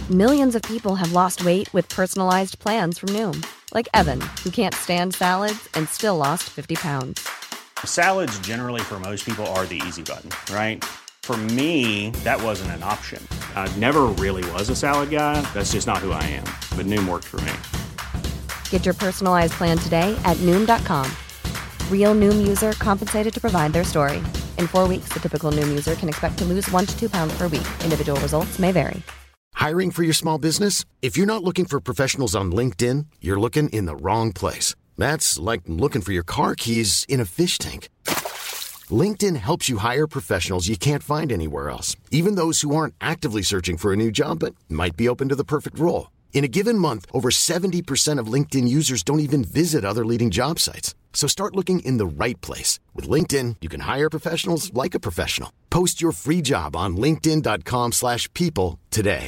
Millions of people have lost weight with personalized plans from Noom, like Evan, who can't stand salads and still lost 50 pounds. Salads generally for most people are the easy button, right? For me, that wasn't an option. I never really was a salad guy. That's just not who I am. But Noom worked for me. Get your personalized plan today at Noom.com. Real Noom user compensated to provide their story. In 4 weeks, the typical Noom user can expect to lose 1 to 2 pounds per week. Individual results may vary. Hiring for your small business? If you're not looking for professionals on LinkedIn, you're looking in the wrong place. That's like looking for your car keys in a fish tank. LinkedIn helps you hire professionals you can't find anywhere else, even those who aren't actively searching for a new job but might be open to the perfect role. In a given month, over 70% of LinkedIn users don't even visit other leading job sites. So start looking in the right place. With LinkedIn, you can hire professionals like a professional. Post your free job on linkedin.com/people today.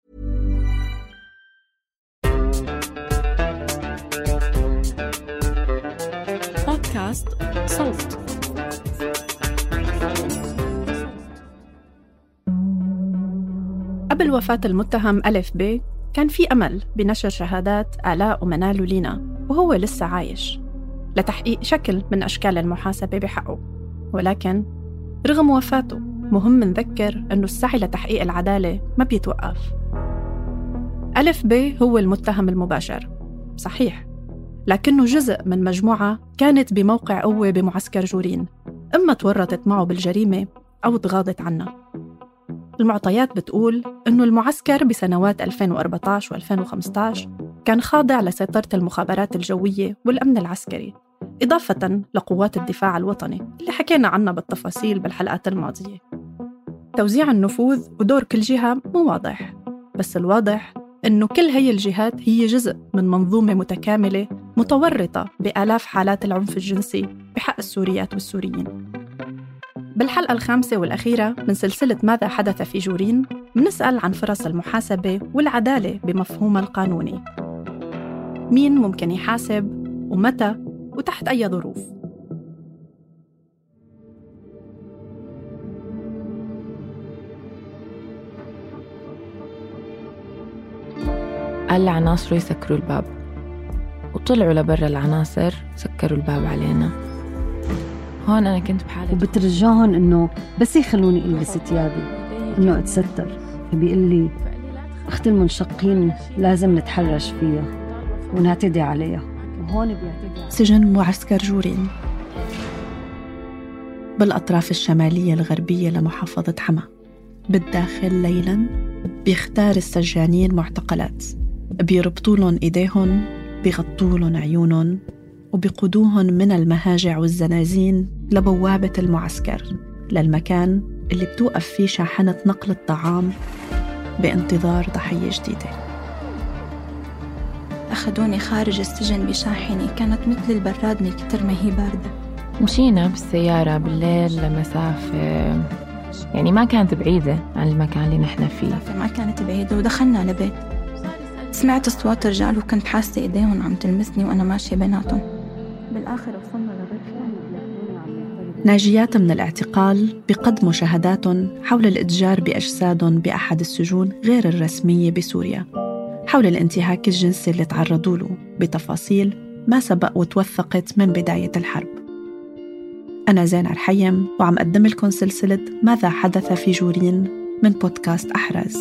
بودكاست صوت. قبل وفاة المتهم ألف ب كان في أمل بنشر شهادات آلاء ومنال ولينا وهو لسه عايش لتحقيق شكل من أشكال المحاسبة بحقه. ولكن رغم وفاته مهم نذكر أنه السعي لتحقيق العدالة ما بيتوقف. ألف ب هو المتهم المباشر صحيح، لكنه جزء من مجموعة كانت بموقع قوة بمعسكر جورين، إما تورطت معه بالجريمة أو تغاضت عنها. المعطيات بتقول إنه المعسكر بسنوات 2014 و2015 كان خاضع لسيطرة المخابرات الجوية والأمن العسكري، إضافة لقوات الدفاع الوطني اللي حكينا عنها بالتفاصيل بالحلقات الماضية. توزيع النفوذ ودور كل جهة مو واضح، بس الواضح إنه كل هي الجهات هي جزء من منظومة متكاملة متورطة بآلاف حالات العنف الجنسي بحق السوريات والسوريين. بالحلقة الخامسة والأخيرة من سلسلة ماذا حدث في جورين بنسأل عن فرص المحاسبة والعدالة بمفهومها القانوني. مين ممكن يحاسب ومتى وتحت أي ظروف؟ قال لعناصره يسكروا الباب، وطلعوا لبرا العناصر سكروا الباب علينا. هون أنا كنت بحالة وبترجعهم إنه بس يخلوني ألبس ثيابي إنه أتستر. بيقول لي أخت المنشقين لازم نتحرش فيها ونعتدي عليها، وهون بيعتدي. سجن معسكر جورين بالأطراف الشمالية الغربية لمحافظة حما. بالداخل ليلاً بيختار السجانين معتقلات، بيربطولن إيديهن، بيغطولن عيونن، وبيقودوهن من المهاجع والزنازين لبوابة المعسكر، للمكان اللي بتوقف فيه شاحنة نقل الطعام بانتظار ضحية جديدة. أخذوني خارج السجن بشاحنة كانت مثل البراد كتر ما هي باردة. مشينا بالسيارة بالليل لمسافة يعني ما كانت بعيدة عن المكان اللي نحن فيه، ما كانت بعيدة، ودخلنا لبيت. سمعت أصوات رجال وكنت حاسة إيديهم عم تلمسني وأنا ماشية بيناتهم. بالآخر وصلنا لبيت ناجيات من الاعتقال بقدموا شهاداتهم حول الإتجار بأجسادهم بأحد السجون غير الرسمية بسوريا، حول الانتهاك الجنسي اللي تعرضوا له بتفاصيل ما سبق وتوثقت من بداية الحرب. أنا زينة الحيم وعم أقدم لكم سلسلة ماذا حدث في جورين من بودكاست أحراز.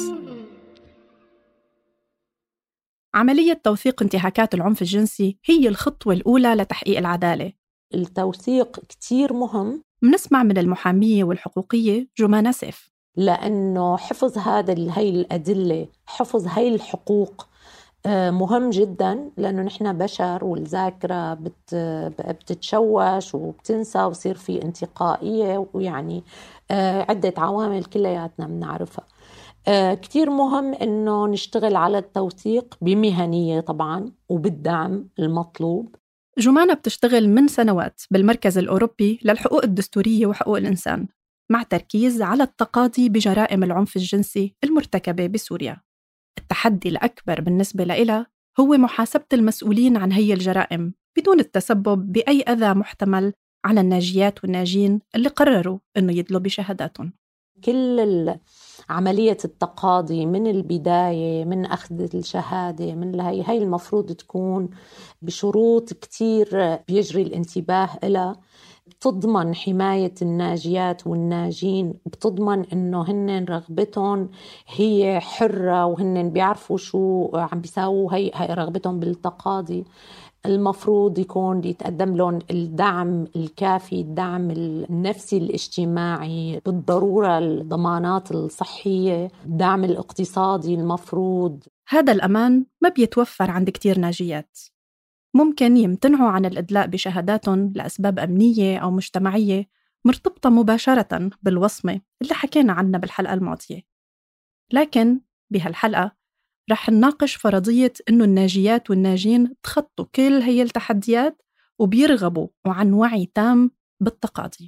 عملية توثيق انتهاكات العنف الجنسي هي الخطوة الأولى لتحقيق العدالة. التوثيق كتير مهم. منسمع من المحامية والحقوقية جمانة سيف، لأنه حفظ هاي الأدلة، حفظ هاي الحقوق مهم جدا، لأنه نحن بشر والذاكرة بتتشوش وبتنسى وصير في انتقائية، ويعني عدة عوامل كلياتنا بنعرفها. كتير مهم إنه نشتغل على التوثيق بمهنية طبعا وبالدعم المطلوب. جمانة بتشتغل من سنوات بالمركز الأوروبي للحقوق الدستورية وحقوق الإنسان، مع تركيز على التقاضي بجرائم العنف الجنسي المرتكبة بسوريا. التحدي الأكبر بالنسبة لها هو محاسبة المسؤولين عن هي الجرائم بدون التسبب بأي أذى محتمل على الناجيات والناجين اللي قرروا إنه يدلوا بشهاداتهم. كل عملية التقاضي من البداية، من أخذ الشهادة، من هاي المفروض تكون بشروط كتير بيجري الانتباه إلها، بتضمن حماية الناجيات والناجين، بتضمن إنه هن رغبتهم هي حرة وهن بيعرفوا شو عم بيساووا، هي رغبتهم بالتقاضي. المفروض يكون يتقدم لهم الدعم الكافي، الدعم النفسي الاجتماعي، بالضرورة الضمانات الصحية، الدعم الاقتصادي المفروض. هذا الأمان ما بيتوفر عند كتير ناجيات. ممكن يمتنعوا عن الإدلاء بشهاداتهم لأسباب أمنية أو مجتمعية مرتبطة مباشرة بالوصمة اللي حكينا عنها بالحلقة الماضية. لكن بهالحلقة رح نناقش فرضية إنه الناجيات والناجين تخطوا كل هي التحديات وبيرغبوا وعن وعي تام بالتقاضي.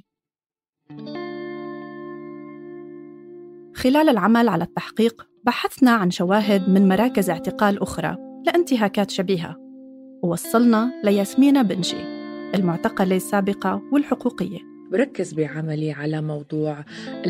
خلال العمل على التحقيق بحثنا عن شواهد من مراكز اعتقال أخرى لانتهاكات شبيهة، ووصلنا لياسمينة بنجي المعتقلة السابقة والحقوقية. بركز بعملي على موضوع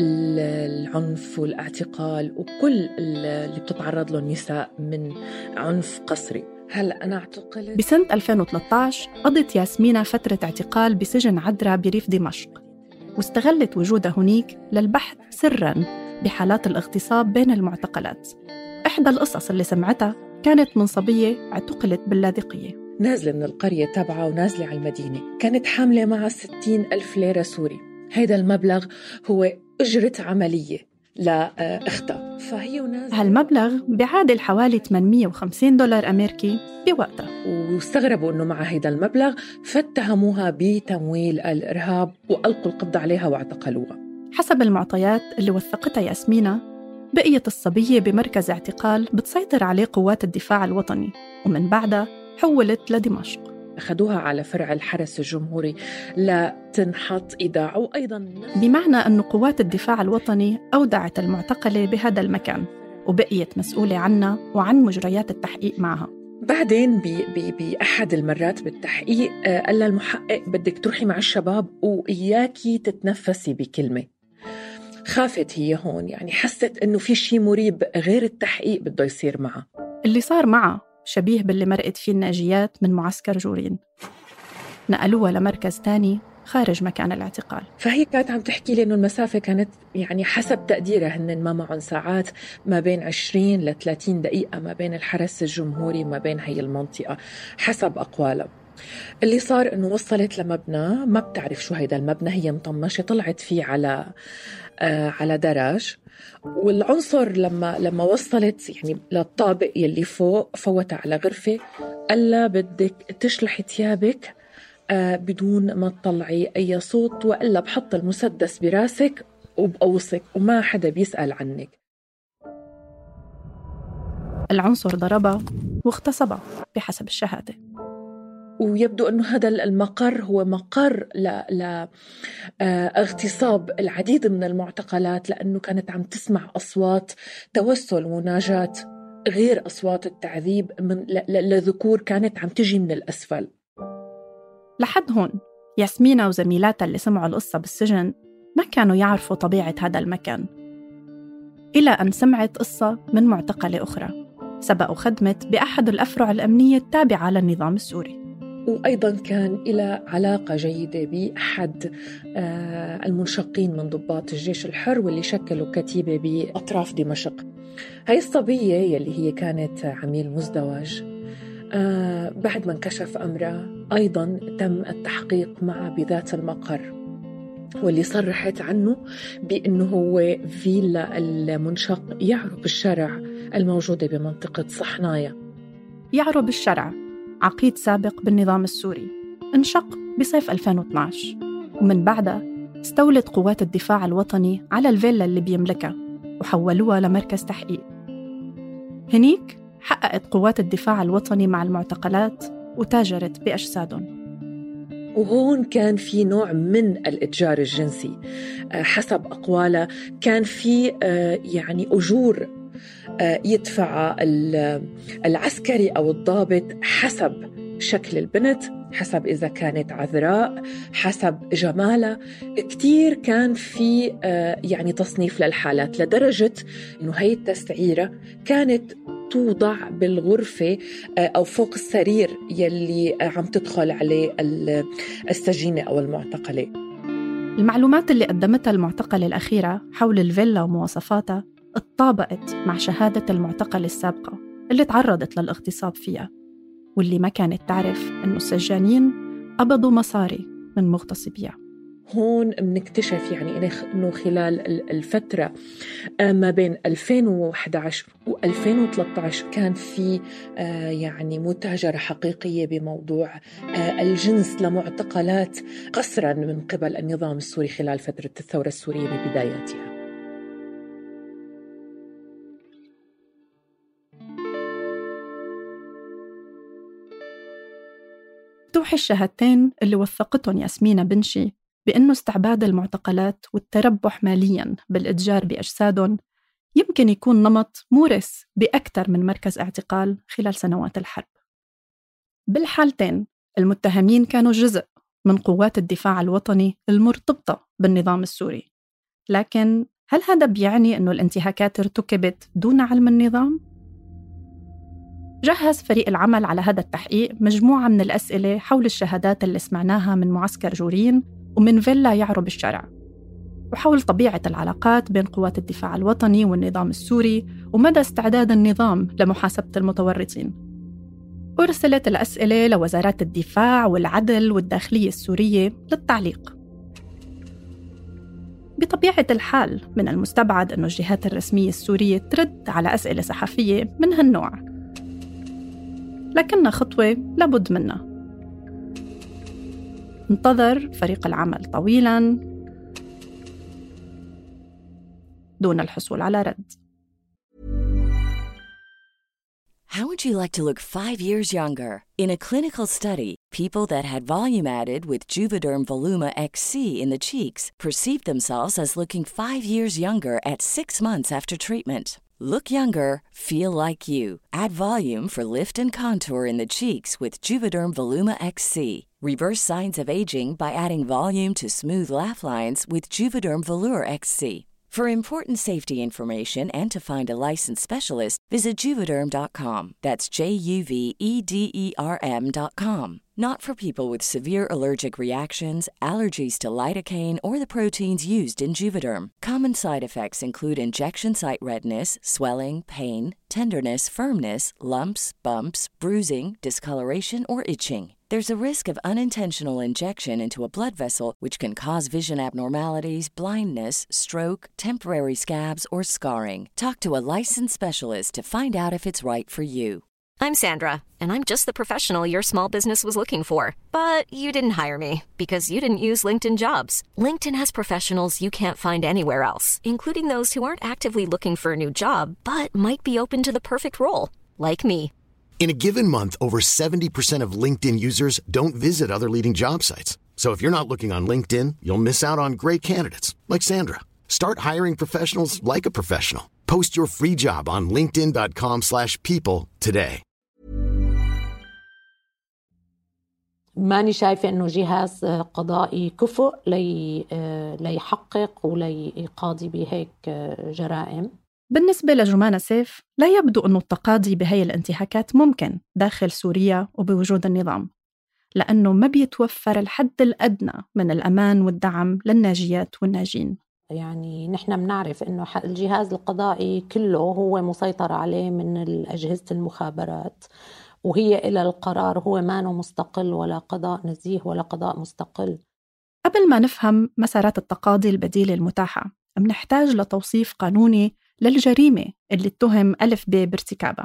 العنف والاعتقال وكل اللي بتتعرض له النساء من عنف قسري. هلأ أنا اعتقلت بسنة 2013. قضت ياسمينة فترة اعتقال بسجن عدرا بريف دمشق، واستغلت وجودها هناك للبحث سراً بحالات الاغتصاب بين المعتقلات. إحدى القصص اللي سمعتها كانت من صبية اعتقلت باللاذقية، نازلة من القرية تبعها ونازلة على المدينة، كانت حاملة معها 60,000 ليرة سوري. هيدا المبلغ هو أجرة عملية لأختها، فهي ونازلة هالمبلغ بيعادل حوالي $850 أمريكي بوقتها. واستغربوا أنه مع هيدا المبلغ فاتهموها بتمويل الإرهاب وألقوا القبض عليها واعتقلوها. حسب المعطيات اللي وثقتها ياسمينة، بقيت الصبية بمركز اعتقال بتسيطر عليه قوات الدفاع الوطني، ومن بعدها حولت لدمشق. أخذوها على فرع الحرس الجمهوري لتنحط إيداع، وأيضاً بمعنى أن قوات الدفاع الوطني أودعت المعتقلة بهذا المكان وبقيت مسؤولة عنها وعن مجريات التحقيق معها. بعدين بأحد المرات بالتحقيق قال المحقق بدك تروحي مع الشباب وإياكي تتنفسي بكلمة. خافت هي هون، يعني حست إنه في شيء مريب غير التحقيق بده يصير معها. اللي صار معها شبيه باللي مرقت فيه الناجيات من معسكر جورين، نقلوها لمركز تاني خارج مكان الاعتقال. فهي كانت عم تحكي لي إنه المسافة كانت يعني حسب تقديرها هن ما معهم ساعات ما بين 20 ل 30 دقيقة ما بين الحرس الجمهوري وما بين هي المنطقة حسب أقوالها. اللي صار إنه وصلت لمبنى ما بتعرف شو هيدا المبنى، هي مطمشة، طلعت فيه على دراج، والعنصر لما وصلت يعني للطابق يلي فوق فوتها على غرفة، قال بدك تشلحي ثيابك بدون ما تطلعي أي صوت، وإلا بحط المسدس براسك وبقوصك وما حدا بيسأل عنك. العنصر ضربها واغتصبها بحسب الشهادة. ويبدو أنه هذا المقر هو مقر لاغتصاب العديد من المعتقلات، لأنه كانت عم تسمع أصوات توسل ومناجاة غير أصوات التعذيب لذكور كانت عم تجي من الأسفل. لحد هون ياسمينة وزميلاتها اللي سمعوا القصة بالسجن ما كانوا يعرفوا طبيعة هذا المكان، إلى أن سمعت قصة من معتقلة أخرى سبق وخدمت بأحد الأفرع الأمنية التابعة للنظام السوري، وأيضاً كان إلى علاقة جيدة بأحد المنشقين من ضباط الجيش الحر واللي شكلوا كتيبة بأطراف دمشق. هاي الصبية يلي هي كانت عميل مزدوج، بعد ما انكشف أمرها أيضاً تم التحقيق معه بذات المقر، واللي صرحت عنه بأنه هو فيلا المنشق يعرب الشرع الموجودة بمنطقة صحنايا. يعرب الشرع عقيد سابق بالنظام السوري، انشق بصيف 2012، ومن بعدها استولت قوات الدفاع الوطني على الفيلا اللي بيملكها وحولوها لمركز تحقيق. هنيك حققت قوات الدفاع الوطني مع المعتقلات وتاجرت بأجسادهم. وهون كان في نوع من الإتجار الجنسي حسب أقوالها، كان في يعني أجور يدفع العسكري أو الضابط حسب شكل البنت، حسب إذا كانت عذراء، حسب جمالها. كتير كان في يعني تصنيف للحالات، لدرجة إنه هاي التسعيرة كانت توضع بالغرفة أو فوق السرير يلي عم تدخل عليه السجينة أو المعتقلة. المعلومات اللي قدمتها المعتقلة الأخيرة حول الفيلا ومواصفاتها اتطابقت مع شهادة المعتقلة السابقة اللي تعرضت للاغتصاب فيها، واللي ما كانت تعرف إنه السجانين قبضوا مصاري من مغتصبيها. هون بنكتشف يعني إنه خلال الفترة ما بين 2011 و2013 كان في يعني متاجرة حقيقية بموضوع الجنس لمعتقلات قسرا من قبل النظام السوري خلال فترة الثورة السورية ببداياتها. توحي الشهادتين اللي وثقتهم ياسمينة بنشي بأنه استعباد المعتقلات والتربح مالياً بالإتجار بأجسادهم يمكن يكون نمط مورث بأكثر من مركز اعتقال خلال سنوات الحرب. بالحالتين المتهمين كانوا جزء من قوات الدفاع الوطني المرتبطة بالنظام السوري، لكن هل هذا بيعني أنه الانتهاكات ارتكبت دون علم النظام؟ جهز فريق العمل على هذا التحقيق مجموعة من الأسئلة حول الشهادات اللي سمعناها من معسكر جورين ومن فيلا يعرب الشرع، وحول طبيعة العلاقات بين قوات الدفاع الوطني والنظام السوري ومدى استعداد النظام لمحاسبة المتورطين. أرسلت الأسئلة لوزارات الدفاع والعدل والداخلية السورية للتعليق. بطبيعة الحال من المستبعد أن الجهات الرسمية السورية ترد على أسئلة صحفية من هالنوع، لكنها خطوة لابد منها. انتظر فريق العمل طويلاً دون الحصول على رد. How would you like to look 5 years younger? In a clinical study, people that had volume added with Juvederm Voluma XC in the cheeks perceived themselves as looking 5 years younger at 6 months after treatment. Look younger, feel like you. Add volume for lift and contour in the cheeks with Juvederm Voluma XC. Reverse signs of aging by adding volume to smooth laugh lines with Juvederm Volure XC. For important safety information and to find a licensed specialist, visit Juvederm.com. That's JUVEDERM.com. Not for people with severe allergic reactions, allergies to lidocaine, or the proteins used in Juvederm. Common side effects include injection site redness, swelling, pain, tenderness, firmness, lumps, bumps, bruising, discoloration, or itching. There's a risk of unintentional injection into a blood vessel, which can cause vision abnormalities, blindness, stroke, temporary scabs, or scarring. Talk to a licensed specialist to find out if it's right for you. I'm Sandra, and I'm just the professional your small business was looking for. But you didn't hire me because you didn't use LinkedIn Jobs. LinkedIn has professionals you can't find anywhere else, including those who aren't actively looking for a new job, but might be open to the perfect role, like me. In a given month, over 70% of LinkedIn users don't visit other leading job sites. So if you're not looking on LinkedIn, you'll miss out on great candidates like Sandra. Start hiring professionals like a professional. Post your free job on linkedin.com/people today. ماني شايفة إنه جهاز قضائي كفؤ ليحقق وليقاضي بهيك جرائم. بالنسبة لجمانة سيف، لا يبدو أن التقاضي بهي الانتهاكات ممكن داخل سوريا وبوجود النظام، لأنه ما بيتوفر الحد الأدنى من الأمان والدعم للناجيات والناجين. يعني نحن بنعرف إنه الجهاز القضائي كله هو مسيطر عليه من أجهزة المخابرات، وهي إلى القرار، هو ما مستقل ولا قضاء نزيه ولا قضاء مستقل. قبل ما نفهم مسارات التقاضي البديلة المتاحة، بنحتاج لتوصيف قانوني للجريمة اللي اتهم ألف ب بارتكابها.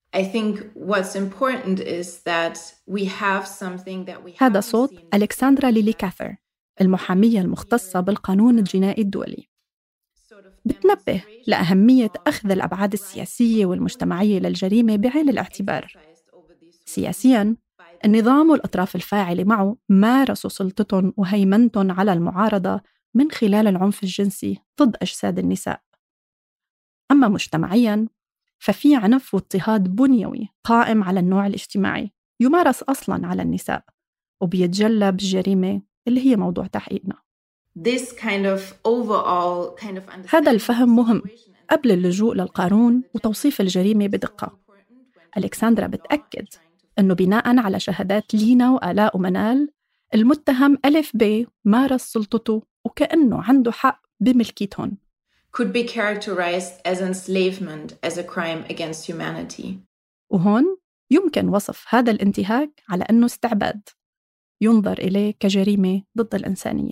هذا صوت ألكسندرا ليلي كاثر، المحامية المختصة بالقانون الجنائي الدولي. بتنبه لأهمية أخذ الأبعاد السياسية والمجتمعية للجريمة بعين الاعتبار. سياسياً، النظام والأطراف الفاعلة معه مارسوا سلطتهم وهيمنتهم على المعارضة من خلال العنف الجنسي ضد أجساد النساء. أما مجتمعياً، ففي عنف واضطهاد بنيوي قائم على النوع الاجتماعي يمارس أصلاً على النساء وبيتجلى بالجريمة اللي هي موضوع تحقيقنا. هذا الفهم مهم قبل اللجوء للقانون وتوصيف الجريمة بدقة. ألكسندرا بتأكد أنه بناء على شهادات لينا وآلاء ومنال، المتهم ألف ب مارس سلطته وكأنه عنده حق بملكيتهم. could be characterized as enslavement as a crime against humanity. وهون يمكن وصف هذا الانتهاك على أنه استعباد، ينظر إليه كجريمة ضد الإنسانية.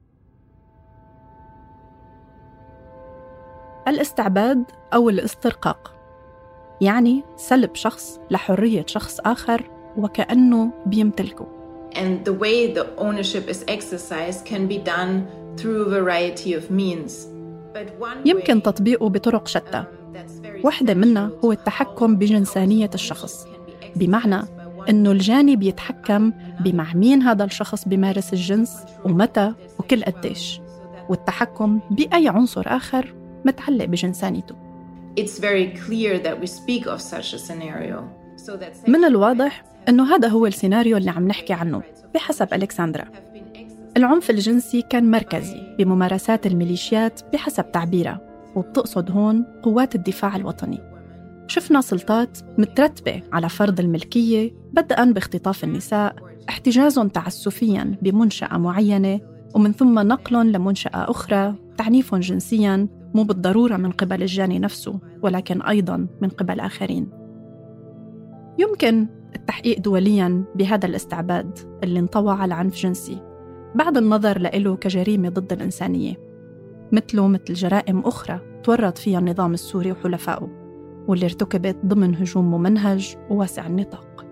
الاستعباد أو الاسترقاق يعني سلب شخص لحرية شخص آخر وكأنه بيمتلكه. And the way the ownership is exercised can be done through a variety of means. يمكن تطبيقه بطرق شتى. واحدة منها هو التحكم بجنسانية الشخص، بمعنى أنه الجاني يتحكم بمع مين هذا الشخص بيمارس الجنس ومتى وكل قديش، والتحكم بأي عنصر آخر متعلق بجنسانيته. It's very clear that we speak of such a scenario. من الواضح أنه هذا هو السيناريو اللي عم نحكي عنه بحسب ألكسندرا. العنف الجنسي كان مركزي بممارسات الميليشيات بحسب تعبيرها، وبتقصد هون قوات الدفاع الوطني. شفنا سلطات مترتبة على فرض الملكية، بدءاً باختطاف النساء، احتجازهم تعسفياً بمنشأة معينة، ومن ثم نقلهم لمنشأة أخرى، تعنيفهم جنسياً مو بالضرورة من قبل الجاني نفسه، ولكن أيضاً من قبل آخرين. يمكن التحقيق دولياً بهذا الاستعباد اللي انطوى على عنف جنسي بعد النظر له كجريمة ضد الإنسانية، مثل جرائم أخرى تورط فيها النظام السوري وحلفائه، واللي ارتكبت ضمن هجوم ممنهج وواسع النطاق.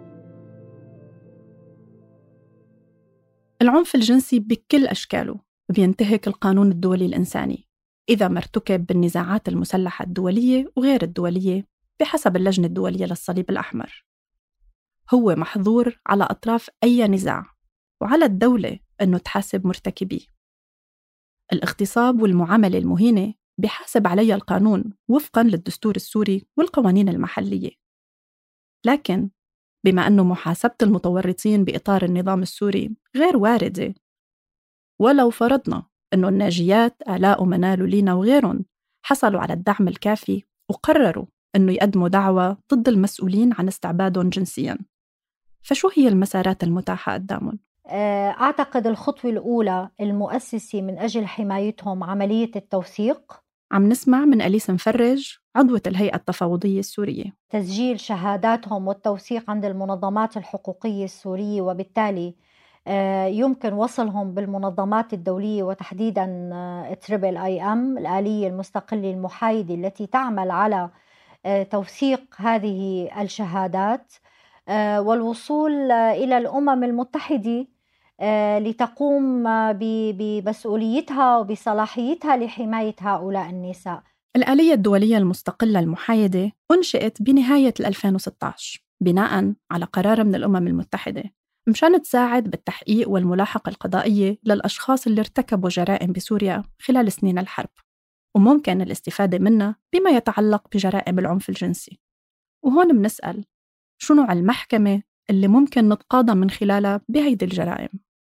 العنف الجنسي بكل أشكاله بينتهك القانون الدولي الإنساني إذا ما ارتكب بالنزاعات المسلحة الدولية وغير الدولية بحسب اللجنة الدولية للصليب الأحمر. هو محظور على أطراف أي نزاع، وعلى الدولة أنه تحاسب مرتكبيه. الاغتصاب والمعاملة المهينة بحاسب عليها القانون وفقاً للدستور السوري والقوانين المحلية. لكن بما أنه محاسبة المتورطين بإطار النظام السوري غير واردة، ولو فرضنا أنه الناجيات آلاء ومنال ولينا وغيرهم حصلوا على الدعم الكافي وقرروا أنه يقدموا دعوة ضد المسؤولين عن استعبادهم جنسياً، فشو هي المسارات المتاحة قدامهم؟ أعتقد الخطوة الأولى المؤسسة من أجل حمايتهم عملية التوثيق. عم نسمع من أليس مفرج عضوة الهيئة التفاوضية السورية. تسجيل شهاداتهم والتوثيق عند المنظمات الحقوقية السورية، وبالتالي يمكن وصلهم بالمنظمات الدولية وتحديداً IIIM الآلية المستقلة المحايدة التي تعمل على توثيق هذه الشهادات، والوصول إلى الأمم المتحدة لتقوم بمسؤوليتها وبصلاحيتها لحماية هؤلاء النساء. الآلية الدولية المستقلة المحايدة أنشئت بنهاية 2016 بناءً على قرار من الأمم المتحدة مشان تساعد بالتحقيق والملاحقة القضائية للأشخاص اللي ارتكبوا جرائم بسوريا خلال سنين الحرب، وممكن الاستفادة منها بما يتعلق بجرائم العنف الجنسي. وهون بنسأل شو نوع المحكمة اللي ممكن نتقاضى من خلالها بهيدي الجرائم؟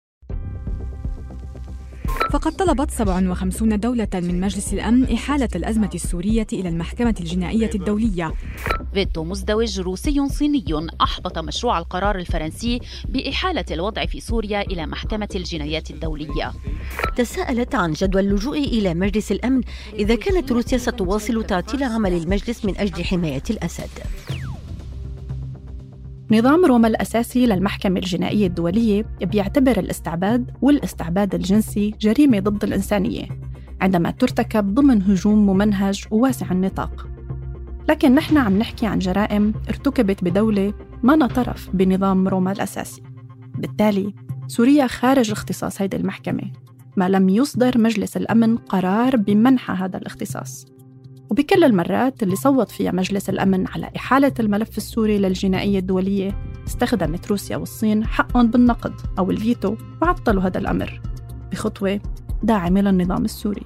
فقد طلبت 57 دولة من مجلس الأمن إحالة الأزمة السورية إلى المحكمة الجنائية الدولية. فيتو مزدوج روسي صيني أحبط مشروع القرار الفرنسي بإحالة الوضع في سوريا إلى محكمة الجنايات الدولية. تساءلت عن جدوى اللجوء إلى مجلس الأمن إذا كانت روسيا ستواصل تعطيل عمل المجلس من أجل حماية الأسد. نظام روما الأساسي للمحكمة الجنائية الدولية بيعتبر الاستعباد والاستعباد الجنسي جريمة ضد الإنسانية عندما ترتكب ضمن هجوم ممنهج وواسع النطاق. لكن نحن عم نحكي عن جرائم ارتكبت بدولة ما طرف بنظام روما الأساسي، بالتالي سوريا خارج اختصاص هذه المحكمة ما لم يصدر مجلس الأمن قرار بمنح هذا الاختصاص. وبكل المرات اللي صوت فيها مجلس الأمن على إحالة الملف السوري للجنائية الدولية استخدمت روسيا والصين حقهم بالنقد أو الفيتو وعطلوا هذا الأمر بخطوة داعمة للنظام السوري.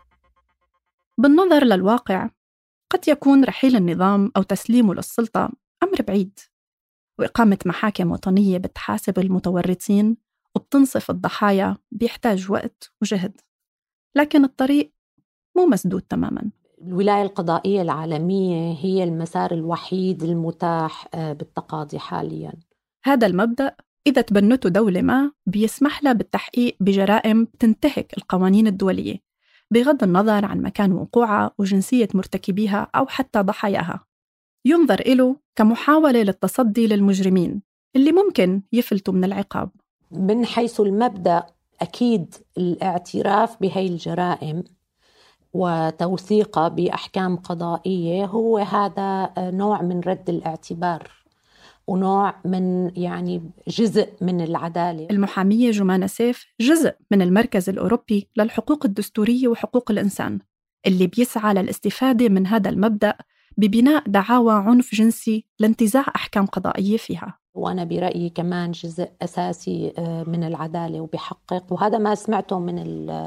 بالنظر للواقع قد يكون رحيل النظام أو تسليمه للسلطة أمر بعيد، وإقامة محاكم وطنية بتحاسب المتورطين وبتنصف الضحايا بيحتاج وقت وجهد، لكن الطريق مو مسدود تماماً. الولاية القضائية العالمية هي المسار الوحيد المتاح بالتقاضي حالياً. هذا المبدأ إذا تبنته دولة ما بيسمح لها بالتحقيق بجرائم تنتهك القوانين الدولية بغض النظر عن مكان وقوعها وجنسية مرتكبيها أو حتى ضحاياها. ينظر إله كمحاولة للتصدي للمجرمين اللي ممكن يفلتوا من العقاب. من حيث المبدأ أكيد الاعتراف بهاي الجرائم وتوثيقها بأحكام قضائية هو هذا نوع من رد الاعتبار ونوع من جزء من العدالة. المحامية جمانة سيف جزء من المركز الأوروبي للحقوق الدستورية وحقوق الإنسان اللي بيسعى للاستفادة من هذا المبدأ ببناء دعاوى عنف جنسي لانتزاع أحكام قضائية فيها. وأنا برأيي كمان جزء أساسي من العدالة وبيحقق، وهذا ما سمعته من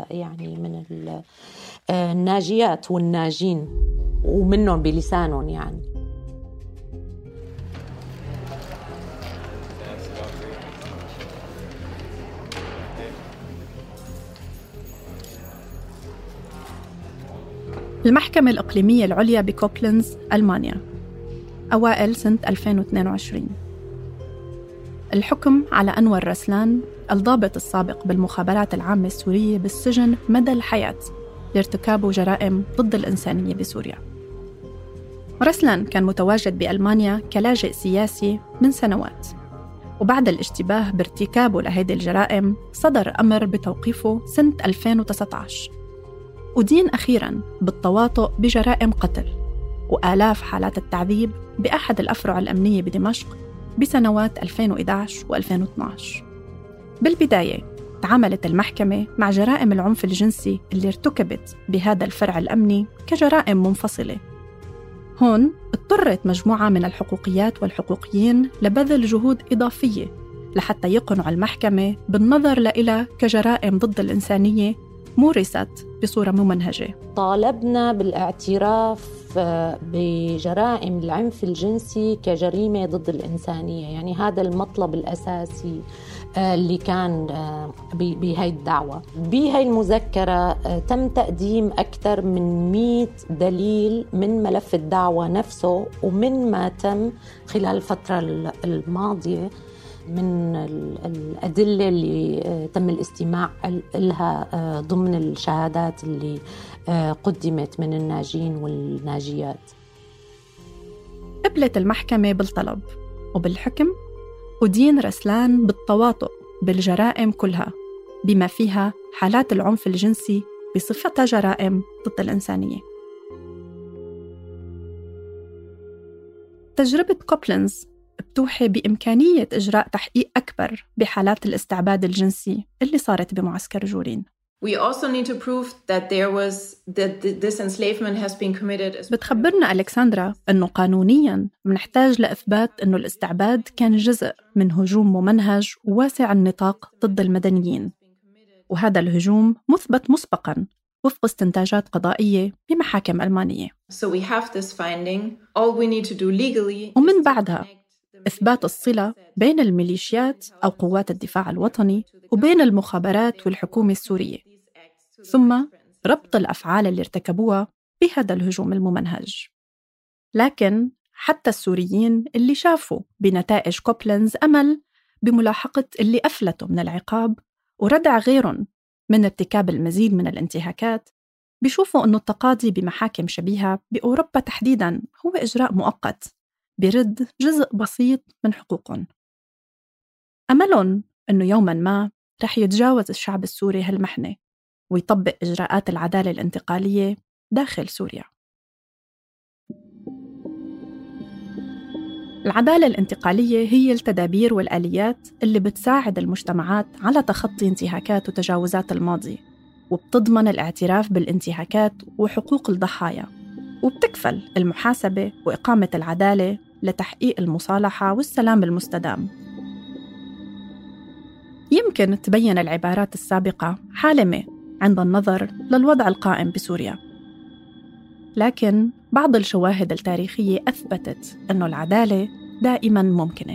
الناجيات والناجين ومنهم بلسانهم المحكمة الإقليمية العليا بكوبلنز ألمانيا أوائل سنة 2022. الحكم على أنور رسلان الضابط السابق بالمخابرات العامة السورية بالسجن مدى الحياة لارتكاب جرائم ضد الإنسانية بسوريا. رسلان كان متواجد بألمانيا كلاجئ سياسي من سنوات، وبعد الاشتباه بارتكابه لهذه الجرائم صدر أمر بتوقيفه سنة 2019، ودين أخيراً بالتواطؤ بجرائم قتل وآلاف حالات التعذيب بأحد الأفرع الأمنية بدمشق بسنوات 2011 و2012. بالبداية تعاملت المحكمة مع جرائم العنف الجنسي اللي ارتكبت بهذا الفرع الأمني كجرائم منفصلة. هون اضطرت مجموعة من الحقوقيات والحقوقيين لبذل جهود إضافية لحتى يقنعوا المحكمة بالنظر لها كجرائم ضد الإنسانية مورست بصورة ممنهجة. طالبنا بالاعتراف بجرائم العنف الجنسي كجريمة ضد الإنسانية، هذا المطلب الأساسي اللي كان بهاي الدعوة. بهاي المذكرة تم تقديم أكثر من 100 دليل من ملف الدعوة نفسه ومن ما تم خلال الفترة الماضية من الأدلة اللي تم الاستماع لها ضمن الشهادات اللي قدمت من الناجين والناجيات. قبلت المحكمة بالطلب وبالحكم ودين رسلان بالتواطؤ بالجرائم كلها بما فيها حالات العنف الجنسي بصفتها جرائم ضد الإنسانية. تجربة كوبلنز بتوحي بإمكانية إجراء تحقيق أكبر بحالات الاستعباد الجنسي اللي صارت بمعسكر جورين. بتخبرنا ألكسندرا أنه قانونياً منحتاج لإثبات أنه الاستعباد كان جزء من هجوم ممنهج وواسع النطاق ضد المدنيين، وهذا الهجوم مثبت مسبقاً وفق استنتاجات قضائية بمحاكم ألمانية. ومن بعدها إثبات الصلة بين الميليشيات أو قوات الدفاع الوطني وبين المخابرات والحكومة السورية، ثم ربط الأفعال اللي ارتكبوها بهذا الهجوم الممنهج. لكن حتى السوريين اللي شافوا بنتائج كوبلنز أمل بملاحقة اللي أفلتوا من العقاب وردع غيرهم من ارتكاب المزيد من الانتهاكات بيشوفوا أنه التقاضي بمحاكم شبيهة بأوروبا تحديداً هو إجراء مؤقت برد جزء بسيط من حقوقهم. أملهم أنه يوماً ما رح يتجاوز الشعب السوري هالمحنة ويطبق إجراءات العدالة الانتقالية داخل سوريا. العدالة الانتقالية هي التدابير والآليات اللي بتساعد المجتمعات على تخطي انتهاكات وتجاوزات الماضي، وبتضمن الاعتراف بالانتهاكات وحقوق الضحايا، وبتكفل المحاسبة وإقامة العدالة لتحقيق المصالحة والسلام المستدام. يمكن تبين العبارات السابقة حالمة عند النظر للوضع القائم بسوريا، لكن بعض الشواهد التاريخية أثبتت أن العدالة دائماً ممكنة.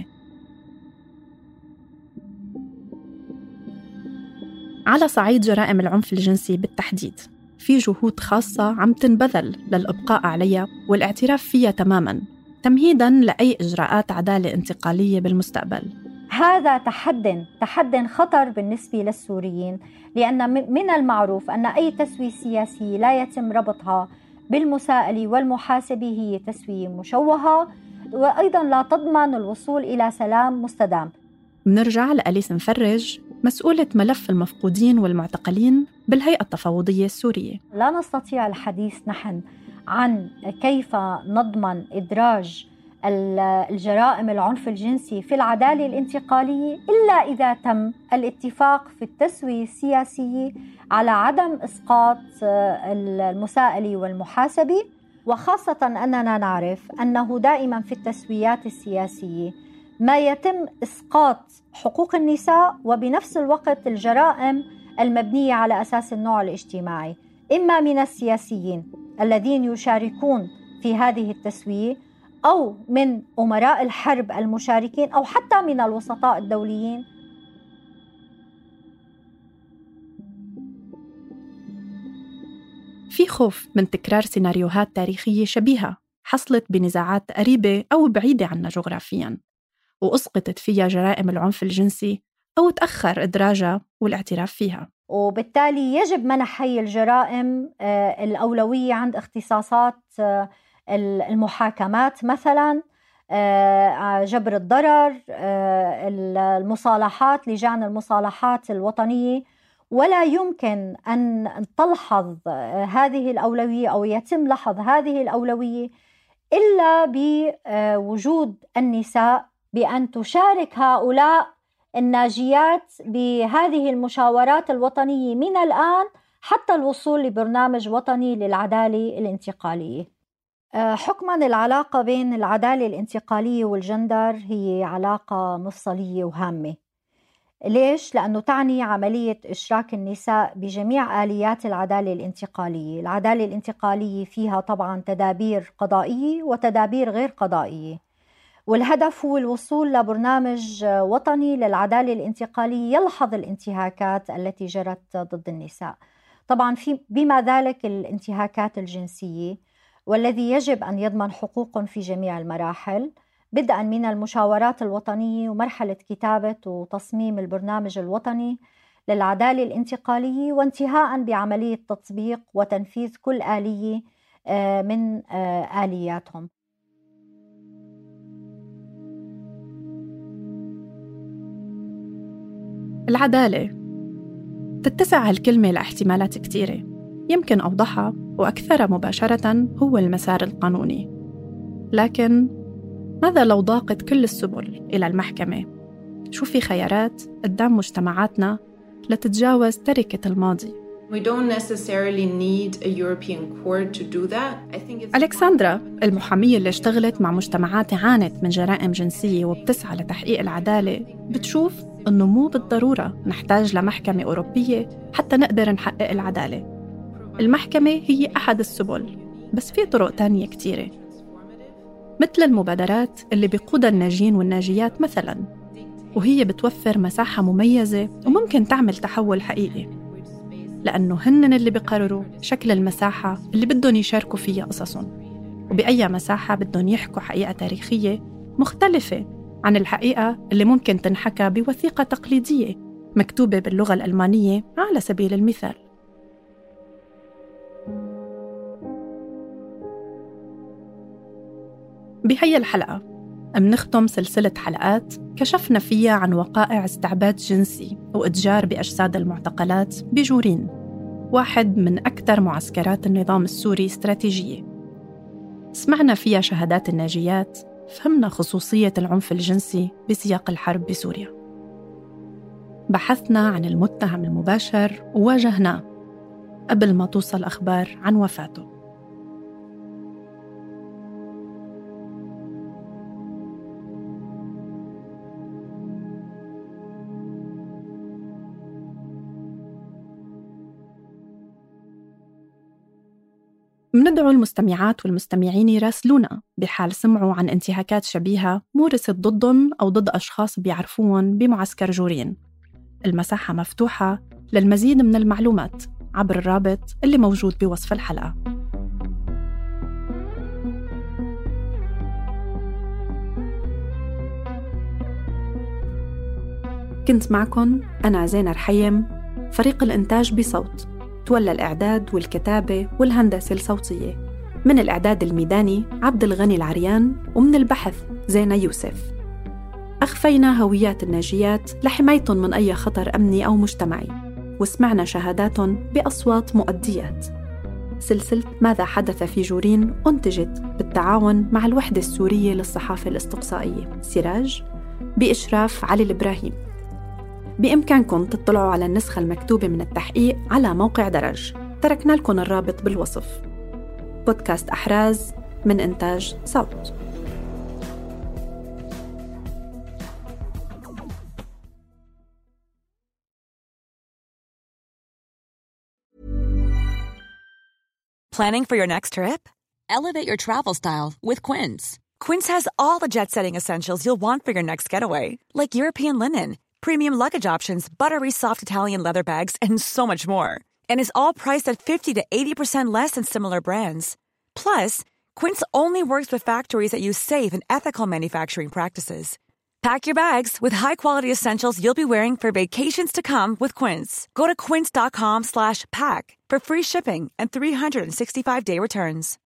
على صعيد جرائم العنف الجنسي بالتحديد، في جهود خاصة عم تنبذل للإبقاء عليها والاعتراف فيها تماماً، تمهيداً لأي إجراءات عدالة انتقالية بالمستقبل. هذا تحد خطر بالنسبة للسوريين، لأن من المعروف أن أي تسوية سياسية لا يتم ربطها بالمساءلة والمحاسبة هي تسوية مشوهة، وأيضاً لا تضمن الوصول إلى سلام مستدام. منرجع لأليس مفرج، مسؤولة ملف المفقودين والمعتقلين بالهيئة التفاوضية السورية. لا نستطيع الحديث نحن عن كيف نضمن إدراج الجرائم العنف الجنسي في العدالة الانتقالية إلا إذا تم الاتفاق في التسوية السياسية على عدم إسقاط المساءلة والمحاسبة، وخاصة أننا نعرف أنه دائما في التسويات السياسية ما يتم إسقاط حقوق النساء وبنفس الوقت الجرائم المبنية على أساس النوع الاجتماعي، إما من السياسيين الذين يشاركون في هذه التسوية أو من أمراء الحرب المشاركين أو حتى من الوسطاء الدوليين. في خوف من تكرار سيناريوهات تاريخية شبيهة حصلت بنزاعات قريبة أو بعيدة عنا جغرافياً وأسقطت فيها جرائم العنف الجنسي أو تأخر إدراجها والاعتراف فيها، وبالتالي يجب منح هي الجرائم الأولوية عند اختصاصات المحاكمات، مثلا جبر الضرر، المصالحات، لجان المصالحات الوطنية. ولا يمكن أن تلحظ هذه الأولوية أو يتم لحظ هذه الأولوية إلا بوجود النساء، بأن تشارك هؤلاء الناجيات بهذه المشاورات الوطنية من الآن حتى الوصول لبرنامج وطني للعدالة الانتقالية. حكماً العلاقة بين العدالة الانتقالية والجندر هي علاقة مفصلية وهامة. ليش؟ لأنه تعني عملية إشراك النساء بجميع آليات العدالة الانتقالية. العدالة الانتقالية فيها طبعاً تدابير قضائية وتدابير غير قضائية، والهدف هو الوصول لبرنامج وطني للعدالة الانتقالية يلحظ الانتهاكات التي جرت ضد النساء، طبعا بما ذلك الانتهاكات الجنسية، والذي يجب أن يضمن حقوق في جميع المراحل، بدءا من المشاورات الوطنية ومرحلة كتابة وتصميم البرنامج الوطني للعدالة الانتقالية، وانتهاء بعملية تطبيق وتنفيذ كل آلية من آلياتهم. العدالة تتسع هالكلمة لاحتمالات كتيرة، يمكن أوضحها وأكثر مباشرة هو المسار القانوني. لكن ماذا لو ضاقت كل السبل إلى المحكمة؟ شو في خيارات قدام مجتمعاتنا لتتجاوز تركة الماضي؟ We don't necessarily need a European court to do that. I think it's ألكسندرا المحامية اللي اشتغلت مع مجتمعات عانت من جرائم جنسية وبتسعى لتحقيق العدالة بتشوف إنه مو بالضرورة نحتاج لمحكمة أوروبية حتى نقدر نحقق العدالة. المحكمة هي أحد السبل، بس في طرق تانية كتيرة، مثل المبادرات اللي بيقودها الناجين والناجيات مثلاً، وهي بتوفر مساحة مميزة وممكن تعمل تحول حقيقي، لأنه هن اللي بيقرروا شكل المساحة اللي بدهم يشاركوا فيها قصصهم، وبأي مساحة بدهم يحكوا حقيقة تاريخية مختلفة عن الحقيقة اللي ممكن تنحكى بوثيقة تقليدية مكتوبة باللغة الألمانية على سبيل المثال. بهي الحلقة منختم سلسلة حلقات كشفنا فيها عن وقائع استعباد جنسي وإتجار بأجساد المعتقلات بجورين، واحد من أكثر معسكرات النظام السوري استراتيجية. سمعنا فيها شهادات الناجيات، فهمنا خصوصية العنف الجنسي بسياق الحرب بسوريا، بحثنا عن المتهم المباشر وواجهناه قبل ما توصل أخبار عن وفاته. مندعو المستمعات والمستمعين يراسلونا بحال سمعوا عن انتهاكات شبيهة مورست ضدهم أو ضد أشخاص بيعرفوهم بمعسكر جورين. المساحة مفتوحة للمزيد من المعلومات عبر الرابط اللي موجود بوصف الحلقة. كنت معكم أنا زينة رحيم. فريق الإنتاج بصوت تولى الإعداد والكتابة والهندسة الصوتية. من الإعداد الميداني عبد الغني العريان، ومن البحث زينة يوسف. أخفينا هويات الناجيات لحمايتهم من أي خطر أمني أو مجتمعي، وسمعنا شهاداتهم بأصوات مؤديات. سلسلة ماذا حدث في جورين أنتجت بالتعاون مع الوحدة السورية للصحافة الاستقصائية سراج بإشراف علي الإبراهيم. بإمكانكم تطلعوا على النسخة المكتوبة من التحقيق على موقع درج، تركنا لكم الرابط بالوصف. بودكاست أحراز من إنتاج صوت. Planning for your next trip? Elevate your travel style with Quince. Quince has all the jet-setting essentials you'll want for your next getaway, like European linen, premium luggage options, buttery soft Italian leather bags, and so much more. And is all priced at 50 to 80% less than similar brands. Plus, Quince only works with factories that use safe and ethical manufacturing practices. Pack your bags with high-quality essentials you'll be wearing for vacations to come with Quince. Go to quince.com/pack for free shipping and 365-day returns.